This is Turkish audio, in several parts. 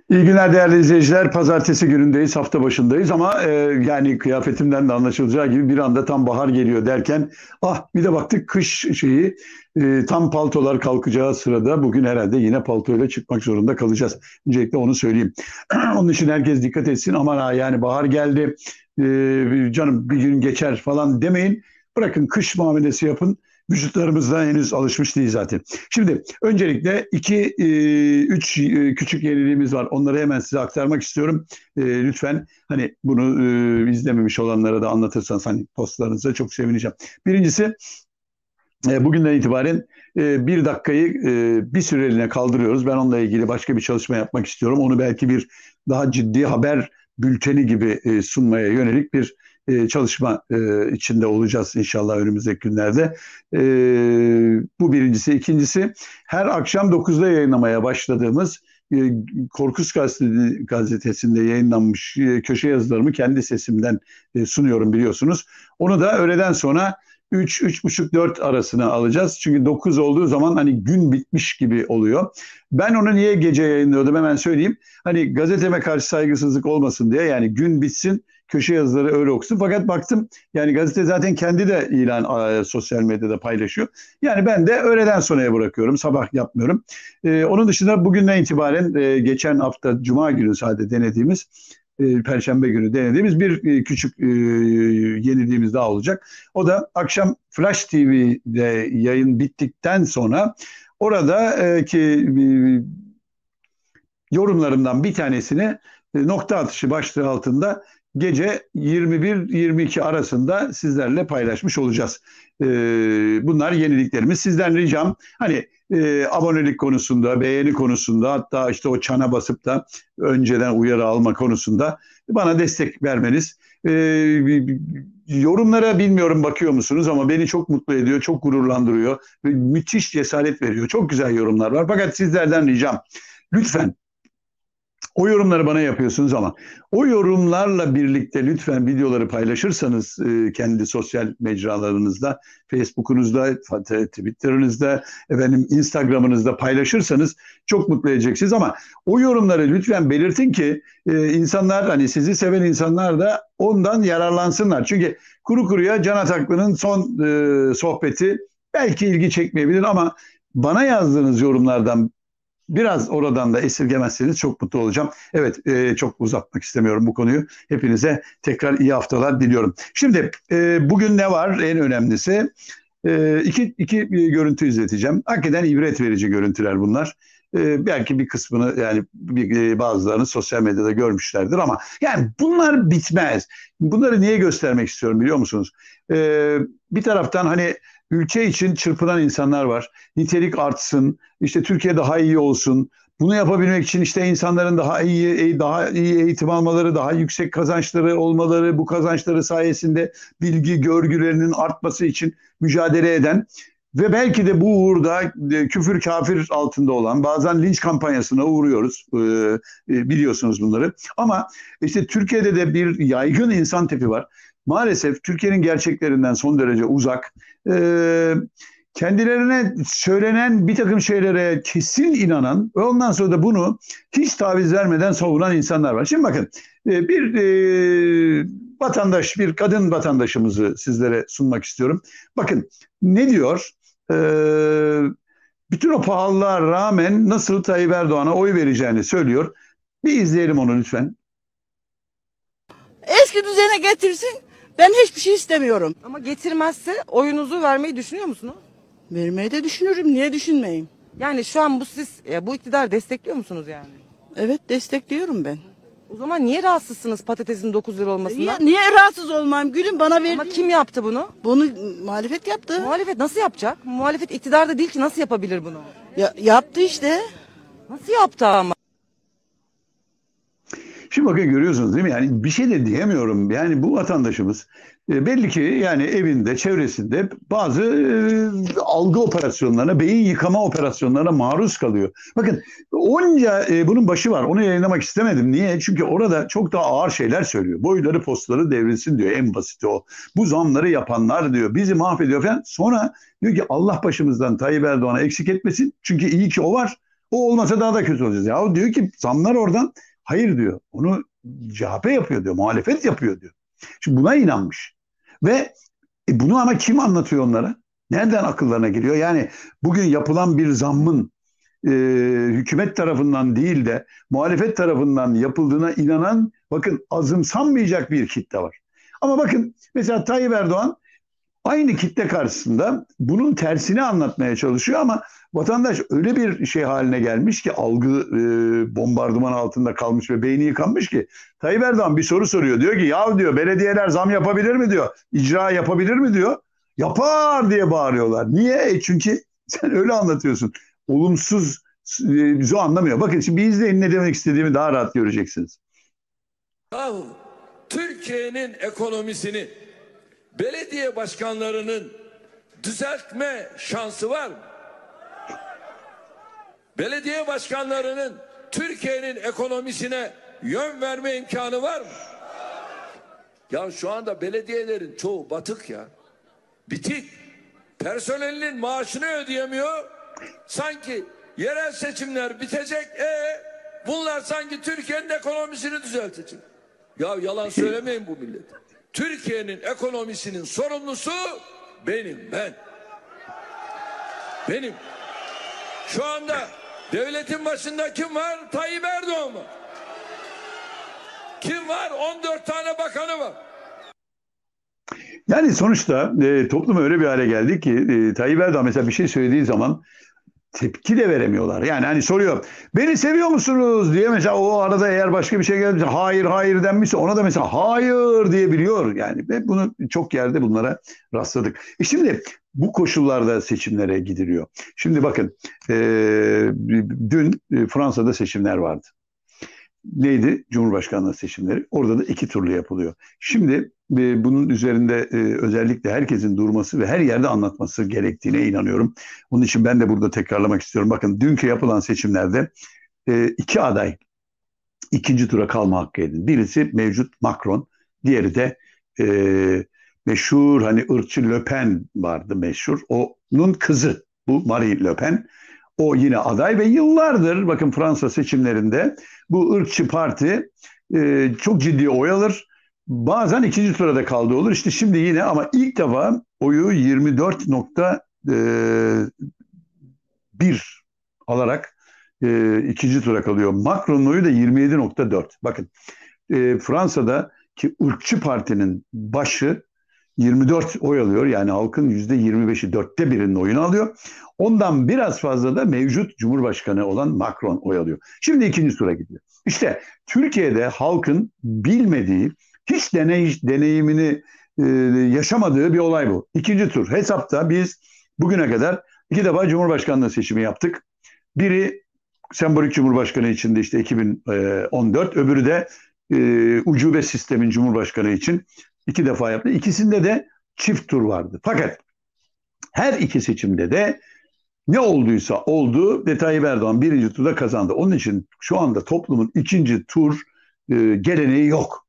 İyi günler değerli izleyiciler. Pazartesi günündeyiz, hafta başındayız ama yani kıyafetimden de anlaşılacağı gibi bir anda tam bahar geliyor derken bir de baktık kış şeyi tam paltolar kalkacağı sırada bugün herhalde yine paltoyla çıkmak zorunda kalacağız. Öncelikle onu söyleyeyim. Onun için herkes dikkat etsin. Aman ha yani bahar geldi, canım bir gün geçer falan demeyin. Bırakın kış muamelesi yapın. Vücutlarımız da henüz alışmış değil zaten. Şimdi öncelikle üç küçük yeniliğimiz var. Onları hemen size aktarmak istiyorum. Lütfen hani bunu izlememiş olanlara da anlatırsanız hani postlarınıza çok sevineceğim. Birincisi bugünden itibaren bir dakikayı bir süreliğine kaldırıyoruz. Ben onunla ilgili başka bir çalışma yapmak istiyorum. Onu belki bir daha ciddi haber bülteni gibi sunmaya yönelik bir çalışma içinde olacağız inşallah önümüzdeki günlerde. E, Bu birincisi. İkincisi her akşam 9'da yayınlamaya başladığımız e, Korkus Gazetesi'nde yayınlanmış köşe yazılarımı kendi sesimden sunuyorum biliyorsunuz. Onu da öğleden sonra 3-3.30-4 arasına alacağız. Çünkü 9 olduğu zaman hani gün bitmiş gibi oluyor. Ben onu niye gece yayınlıyordum hemen söyleyeyim. Hani gazeteme karşı saygısızlık olmasın diye yani gün bitsin köşe yazıları öyle okusun. Fakat baktım yani gazete zaten kendi de ilan sosyal medyada paylaşıyor. Yani ben de öğleden sonraya bırakıyorum. Sabah yapmıyorum. Onun dışında bugünden itibaren geçen hafta Cuma günü sadece denediğimiz Perşembe günü denediğimiz bir küçük yeniliğimiz daha olacak. O da akşam Flash TV'de yayın bittikten sonra oradaki yorumlarımdan bir tanesini nokta atışı başlığı altında gece 21-22 arasında sizlerle paylaşmış olacağız. Bunlar yeniliklerimiz. Sizden ricam hani abonelik konusunda, beğeni konusunda hatta işte o çana basıp da önceden uyarı alma konusunda bana destek vermeniz. Yorumlara bilmiyorum bakıyor musunuz ama beni çok mutlu ediyor, çok gururlandırıyor ve müthiş cesaret veriyor. Çok güzel yorumlar var. Fakat sizlerden ricam lütfen o yorumları bana yapıyorsunuz ama o yorumlarla birlikte lütfen videoları paylaşırsanız kendi sosyal mecralarınızda, Facebook'unuzda, Twitter'ınızda, efendim Instagram'ınızda paylaşırsanız çok mutlu edeceksiniz ama o yorumları lütfen belirtin ki insanlar hani sizi seven insanlar da ondan yararlansınlar. Çünkü kuru kuruya Can Ataklı'nın son sohbeti belki ilgi çekmeyebilir ama bana yazdığınız yorumlardan biraz oradan da esirgemezseniz çok mutlu olacağım. Evet, çok uzatmak istemiyorum bu konuyu. Hepinize tekrar iyi haftalar diliyorum. Şimdi bugün ne var? En önemlisi iki görüntü izleteceğim. Hakikaten ibret verici görüntüler bunlar. Belki bir kısmını yani bazılarını sosyal medyada görmüşlerdir ama yani bunlar bitmez. Bunları niye göstermek istiyorum biliyor musunuz? Bir taraftan hani ülke için çırpınan insanlar var. Nitelik artsın, işte Türkiye daha iyi olsun. Bunu yapabilmek için işte insanların daha iyi eğitim almaları, daha yüksek kazançları olmaları, bu kazançları sayesinde bilgi görgülerinin artması için mücadele eden ve belki de bu uğurda küfür kafir altında olan bazen linç kampanyasına uğruyoruz. Biliyorsunuz bunları. Ama işte Türkiye'de de bir yaygın insan tipi var. Maalesef Türkiye'nin gerçeklerinden son derece uzak. Ee, Kendilerine söylenen bir takım şeylere kesin inanan ve ondan sonra da bunu hiç taviz vermeden savunan insanlar var. Şimdi bakın bir vatandaş, bir kadın vatandaşımızı sizlere sunmak istiyorum. Bakın ne diyor? Ee, Bütün o pahalılığa rağmen nasıl Tayyip Erdoğan'a oy vereceğini söylüyor. Bir izleyelim onu lütfen. Eski düzene getirsin. Ben hiçbir şey istemiyorum. Ama getirmezse oyunuzu vermeyi düşünüyor musunuz? Vermeyi de düşünürüm. Niye düşünmeyeyim? Yani şu an siz bu iktidarı destekliyor musunuz yani? Evet, destekliyorum ben. O zaman niye rahatsızsınız patatesin 9 lira olmasından? Niye rahatsız olmayayım? Gülüm bana verdi. Ama kim yaptı bunu? Bunu muhalefet yaptı. Muhalefet nasıl yapacak? Muhalefet iktidarda değil ki nasıl yapabilir bunu? Yaptı işte. Nasıl yaptı ama? Şimdi bakın görüyorsunuz değil mi? Yani bir şey de diyemiyorum. Yani bu vatandaşımız belli ki yani evinde, çevresinde bazı algı operasyonlarına, beyin yıkama operasyonlarına maruz kalıyor. Bakın onca bunun başı var. Onu yayınlamak istemedim. Niye? Çünkü orada çok daha ağır şeyler söylüyor. Boyları postları devrilsin diyor. En basiti o. Bu zamları yapanlar diyor. Bizi mahvediyor falan. Sonra diyor ki Allah başımızdan Tayyip Erdoğan'a eksik etmesin. Çünkü iyi ki o var. O olmasa daha da kötü olacağız. Ya diyor ki zamlar oradan. Hayır diyor. Onu CHP yapıyor diyor. Muhalefet yapıyor diyor. Şimdi buna inanmış. Ve bunu ama kim anlatıyor onlara? Nereden akıllarına geliyor? Yani bugün yapılan bir zammın e, hükümet tarafından değil de muhalefet tarafından yapıldığına inanan, bakın, azımsanmayacak bir kitle var. Ama bakın mesela Tayyip Erdoğan aynı kitle karşısında bunun tersini anlatmaya çalışıyor ama vatandaş öyle bir şey haline gelmiş ki, algı bombardıman altında kalmış ve beyni yıkanmış ki, Tayyip Erdoğan bir soru soruyor. Diyor ki ya diyor, belediyeler zam yapabilir mi diyor. İcra yapabilir mi diyor. Yapar diye bağırıyorlar. Niye? Çünkü sen öyle anlatıyorsun. Olumsuz, bizi anlamıyor. Bakın şimdi bir izleyin, ne demek istediğimi daha rahat göreceksiniz. Yahu Türkiye'nin ekonomisini belediye başkanlarının düzeltme şansı var mı? Belediye başkanlarının Türkiye'nin ekonomisine yön verme imkanı var mı? Ya şu anda belediyelerin çoğu batık ya. Bitik. Personelinin maaşını ödeyemiyor. Sanki yerel seçimler bitecek. Bunlar sanki Türkiye'nin ekonomisini düzeltecek. Ya yalan söylemeyin bu millet. Türkiye'nin ekonomisinin sorumlusu ben. Benim. Şu anda devletin başında kim var? Tayyip Erdoğan mı? Kim var? 14 tane bakanı var. Yani sonuçta toplum öyle bir hale geldi ki Tayyip Erdoğan mesela bir şey söylediği zaman tepki de veremiyorlar. Yani hani soruyor, beni seviyor musunuz diye, mesela o arada eğer başka bir şey gelirse hayır denmişse ona da mesela hayır diyebiliyor. Yani ve bunu çok yerde bunlara rastladık. Şimdi bu koşullarda seçimlere gidiliyor. Şimdi bakın dün Fransa'da seçimler vardı. Neydi? Cumhurbaşkanlığı seçimleri. Orada da 2 turlu yapılıyor. Şimdi bunun üzerinde özellikle herkesin durması ve her yerde anlatması gerektiğine inanıyorum. Onun için ben de burada tekrarlamak istiyorum. Bakın dünkü yapılan seçimlerde 2 aday ikinci tura kalma hakkı edin. Birisi mevcut Macron, diğeri de meşhur, hani ırkçı Le Pen vardı meşhur. Onun kızı bu Marine Le Pen. O yine aday ve yıllardır bakın Fransa seçimlerinde bu ırkçı parti çok ciddi oy alır. Bazen ikinci tura da kaldığı olur. İşte şimdi yine, ama ilk defa oyu 24,1 alarak ikinci tura kalıyor. Macron'un oyu da 27,4. Bakın Fransa'daki ırkçı partinin başı 24 oy alıyor. Yani halkın %25'i, 1/4'inin oyunu alıyor. Ondan biraz fazla da mevcut Cumhurbaşkanı olan Macron oy alıyor. Şimdi ikinci tura gidiyor. İşte Türkiye'de halkın bilmediği, hiç deneyimini yaşamadığı bir olay bu. İkinci tur. Hesapta biz bugüne kadar 2 defa Cumhurbaşkanlığı seçimi yaptık. Biri sembolik Cumhurbaşkanı içinde işte 2014, öbürü de ucube sistemin Cumhurbaşkanı için 2 defa yaptı. İkisinde de çift tur vardı. Fakat her iki seçimde de ne olduysa oldu ve Tayyip Erdoğan birinci turda kazandı. Onun için şu anda toplumun ikinci tur geleneği yok.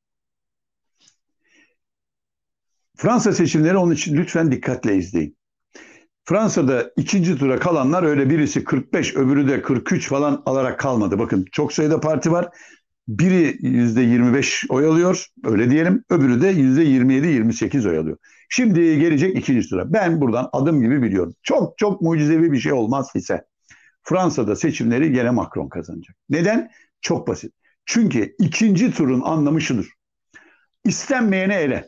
Fransa seçimleri, onun için lütfen dikkatle izleyin. Fransa'da ikinci tura kalanlar öyle birisi 45, öbürü de 43 falan alarak kalmadı. Bakın çok sayıda parti var. Biri %25 oy alıyor, öyle diyelim. Öbürü de %27-28 oy alıyor. Şimdi gelecek ikinci tura. Ben buradan adım gibi biliyorum. Çok çok mucizevi bir şey olmaz ise Fransa'da seçimleri gene Macron kazanacak. Neden? Çok basit. Çünkü ikinci turun anlamı şudur: İstenmeyene ele.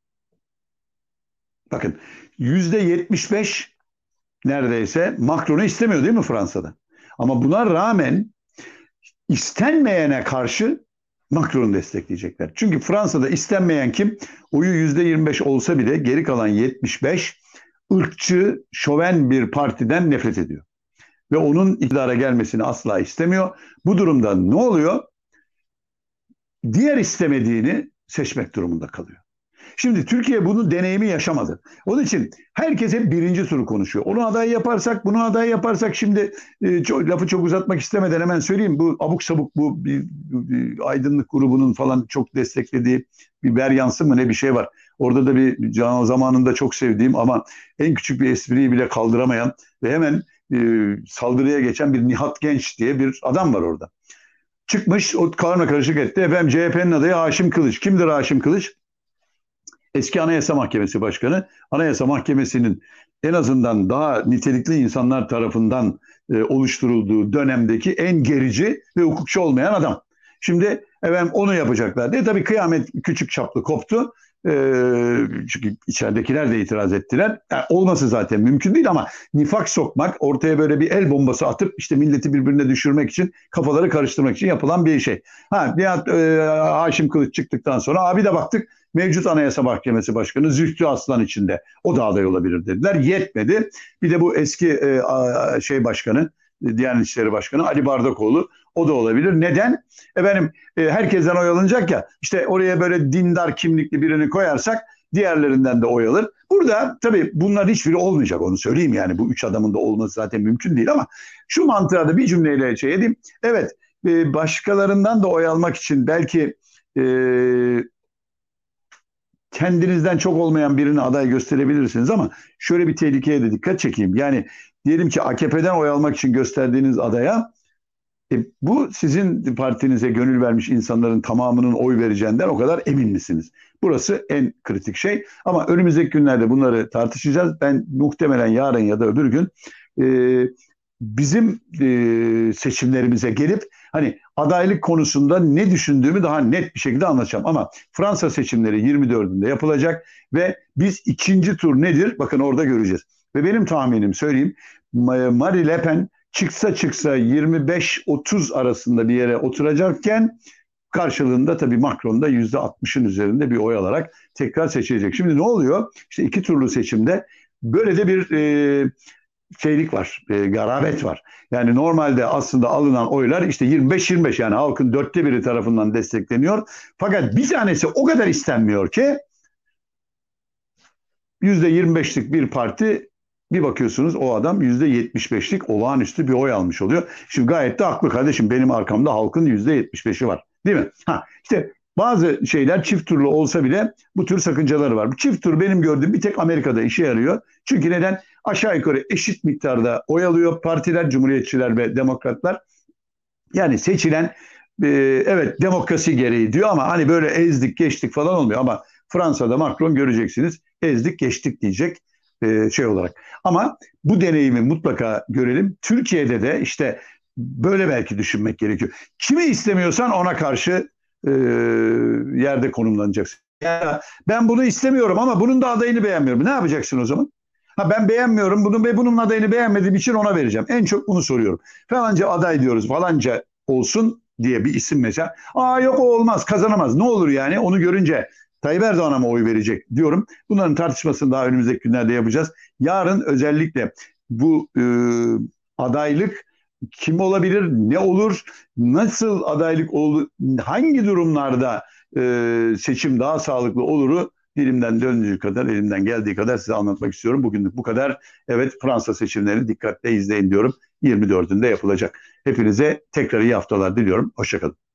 Bakın %75 neredeyse Macron'u istemiyor değil mi Fransa'da? Ama buna rağmen istenmeyene karşı Macron'u destekleyecekler. Çünkü Fransa'da istenmeyen kim? Oyu %25 olsa bile geri kalan 75 ırkçı, şoven bir partiden nefret ediyor. Ve onun iktidara gelmesini asla istemiyor. Bu durumda ne oluyor? Diğer istemediğini seçmek durumunda kalıyor. Şimdi Türkiye bunu deneyimi yaşamadı. Onun için herkes hep birinci turu konuşuyor. Onu aday yaparsak, bunu aday yaparsak, şimdi lafı çok uzatmak istemeden hemen söyleyeyim. Bu abuk sabuk, bu bir aydınlık grubunun falan çok desteklediği bir Beryans'ı mı ne bir şey var. Orada da bir zamanında çok sevdiğim ama en küçük bir espriyi bile kaldıramayan ve hemen saldırıya geçen bir Nihat Genç diye bir adam var orada. Çıkmış, o karma karışık etti. Efendim CHP'nin adayı Haşim Kılıç. Kimdir Haşim Kılıç? Eski Anayasa Mahkemesi Başkanı. Anayasa Mahkemesi'nin en azından daha nitelikli insanlar tarafından oluşturulduğu dönemdeki en gerici ve hukukçu olmayan adam. Şimdi efendim onu yapacaklar diye tabii kıyamet küçük çaplı koptu. Çünkü içeridekiler de itiraz ettiler. Yani olması zaten mümkün değil ama nifak sokmak, ortaya böyle bir el bombası atıp işte milleti birbirine düşürmek için, kafaları karıştırmak için yapılan bir şey. Nihat Haşim Kılıç çıktıktan sonra abi de baktık mevcut Anayasa Mahkemesi Başkanı Zühtü Aslan içinde. O da aday olabilir dediler. Yetmedi. Bir de bu eski başkanı, Diyanet İşleri Başkanı Ali Bardakoğlu, o da olabilir. Neden? Efendim herkesten oy alınacak ya, işte oraya böyle dindar kimlikli birini koyarsak diğerlerinden de oy alır. Burada tabii bunların hiçbiri olmayacak, onu söyleyeyim yani. Bu üç adamın da olması zaten mümkün değil ama şu mantığa da bir cümleyle şey edeyim. Evet, başkalarından da oy almak için belki kendinizden çok olmayan birini aday gösterebilirsiniz ama şöyle bir tehlikeye de dikkat çekeyim. Yani diyelim ki AKP'den oy almak için gösterdiğiniz adaya bu sizin partinize gönül vermiş insanların tamamının oy vereceğinden o kadar emin misiniz? Burası en kritik şey. Ama önümüzdeki günlerde bunları tartışacağız. Ben muhtemelen yarın ya da öbür gün bizim seçimlerimize gelip hani adaylık konusunda ne düşündüğümü daha net bir şekilde anlatacağım. Ama Fransa seçimleri 24'ünde yapılacak ve biz ikinci tur nedir? Bakın orada göreceğiz. Ve benim tahminim söyleyeyim, Marie Le Pen çıksa 25-30 arasında bir yere oturacakken karşılığında tabii Macron da %60'ın üzerinde bir oy alarak tekrar seçilecek. Şimdi ne oluyor? İşte iki turlu seçimde böyle de bir şeylik var, garabet var. Yani normalde aslında alınan oylar işte 25-25, yani halkın 1/4 tarafından destekleniyor. Fakat bir tanesi o kadar istenmiyor ki %25'lik bir parti, bir bakıyorsunuz o adam %75'lik olağanüstü bir oy almış oluyor. Şimdi gayet de haklı kardeşim, benim arkamda halkın %75'i var. Değil mi? İşte bazı şeyler çift turlu olsa bile bu tür sakıncaları var. Bu çift tur benim gördüğüm bir tek Amerika'da işe yarıyor. Çünkü neden? Aşağı yukarı eşit miktarda oy alıyor partiler, cumhuriyetçiler ve demokratlar. Yani seçilen evet demokrasi gereği diyor ama hani böyle ezdik geçtik falan olmuyor. Ama Fransa'da Macron göreceksiniz ezdik geçtik diyecek şey olarak. Ama bu deneyimi mutlaka görelim. Türkiye'de de işte böyle belki düşünmek gerekiyor. Kimi istemiyorsan ona karşı yerde konumlanacaksın. Ya ben bunu istemiyorum ama bunun da adayını beğenmiyorum. Ne yapacaksın o zaman? Ben beğenmiyorum bunu ve bunun adayını beğenmediğim için ona vereceğim. En çok bunu soruyorum. Falanca aday diyoruz, falanca olsun diye bir isim mesela. Yok o olmaz, kazanamaz. Ne olur yani onu görünce Tayyip Erdoğan'a mı oy verecek diyorum. Bunların tartışmasını daha önümüzdeki günlerde yapacağız. Yarın özellikle bu adaylık kim olabilir, ne olur, nasıl adaylık olur, hangi durumlarda seçim daha sağlıklı oluru dilimden döndüğü kadar, elimden geldiği kadar size anlatmak istiyorum. Bugünlük bu kadar. Evet, Fransa seçimlerini dikkatle izleyin diyorum. 24'ünde yapılacak. Hepinize tekrar iyi haftalar diliyorum. Hoşçakalın.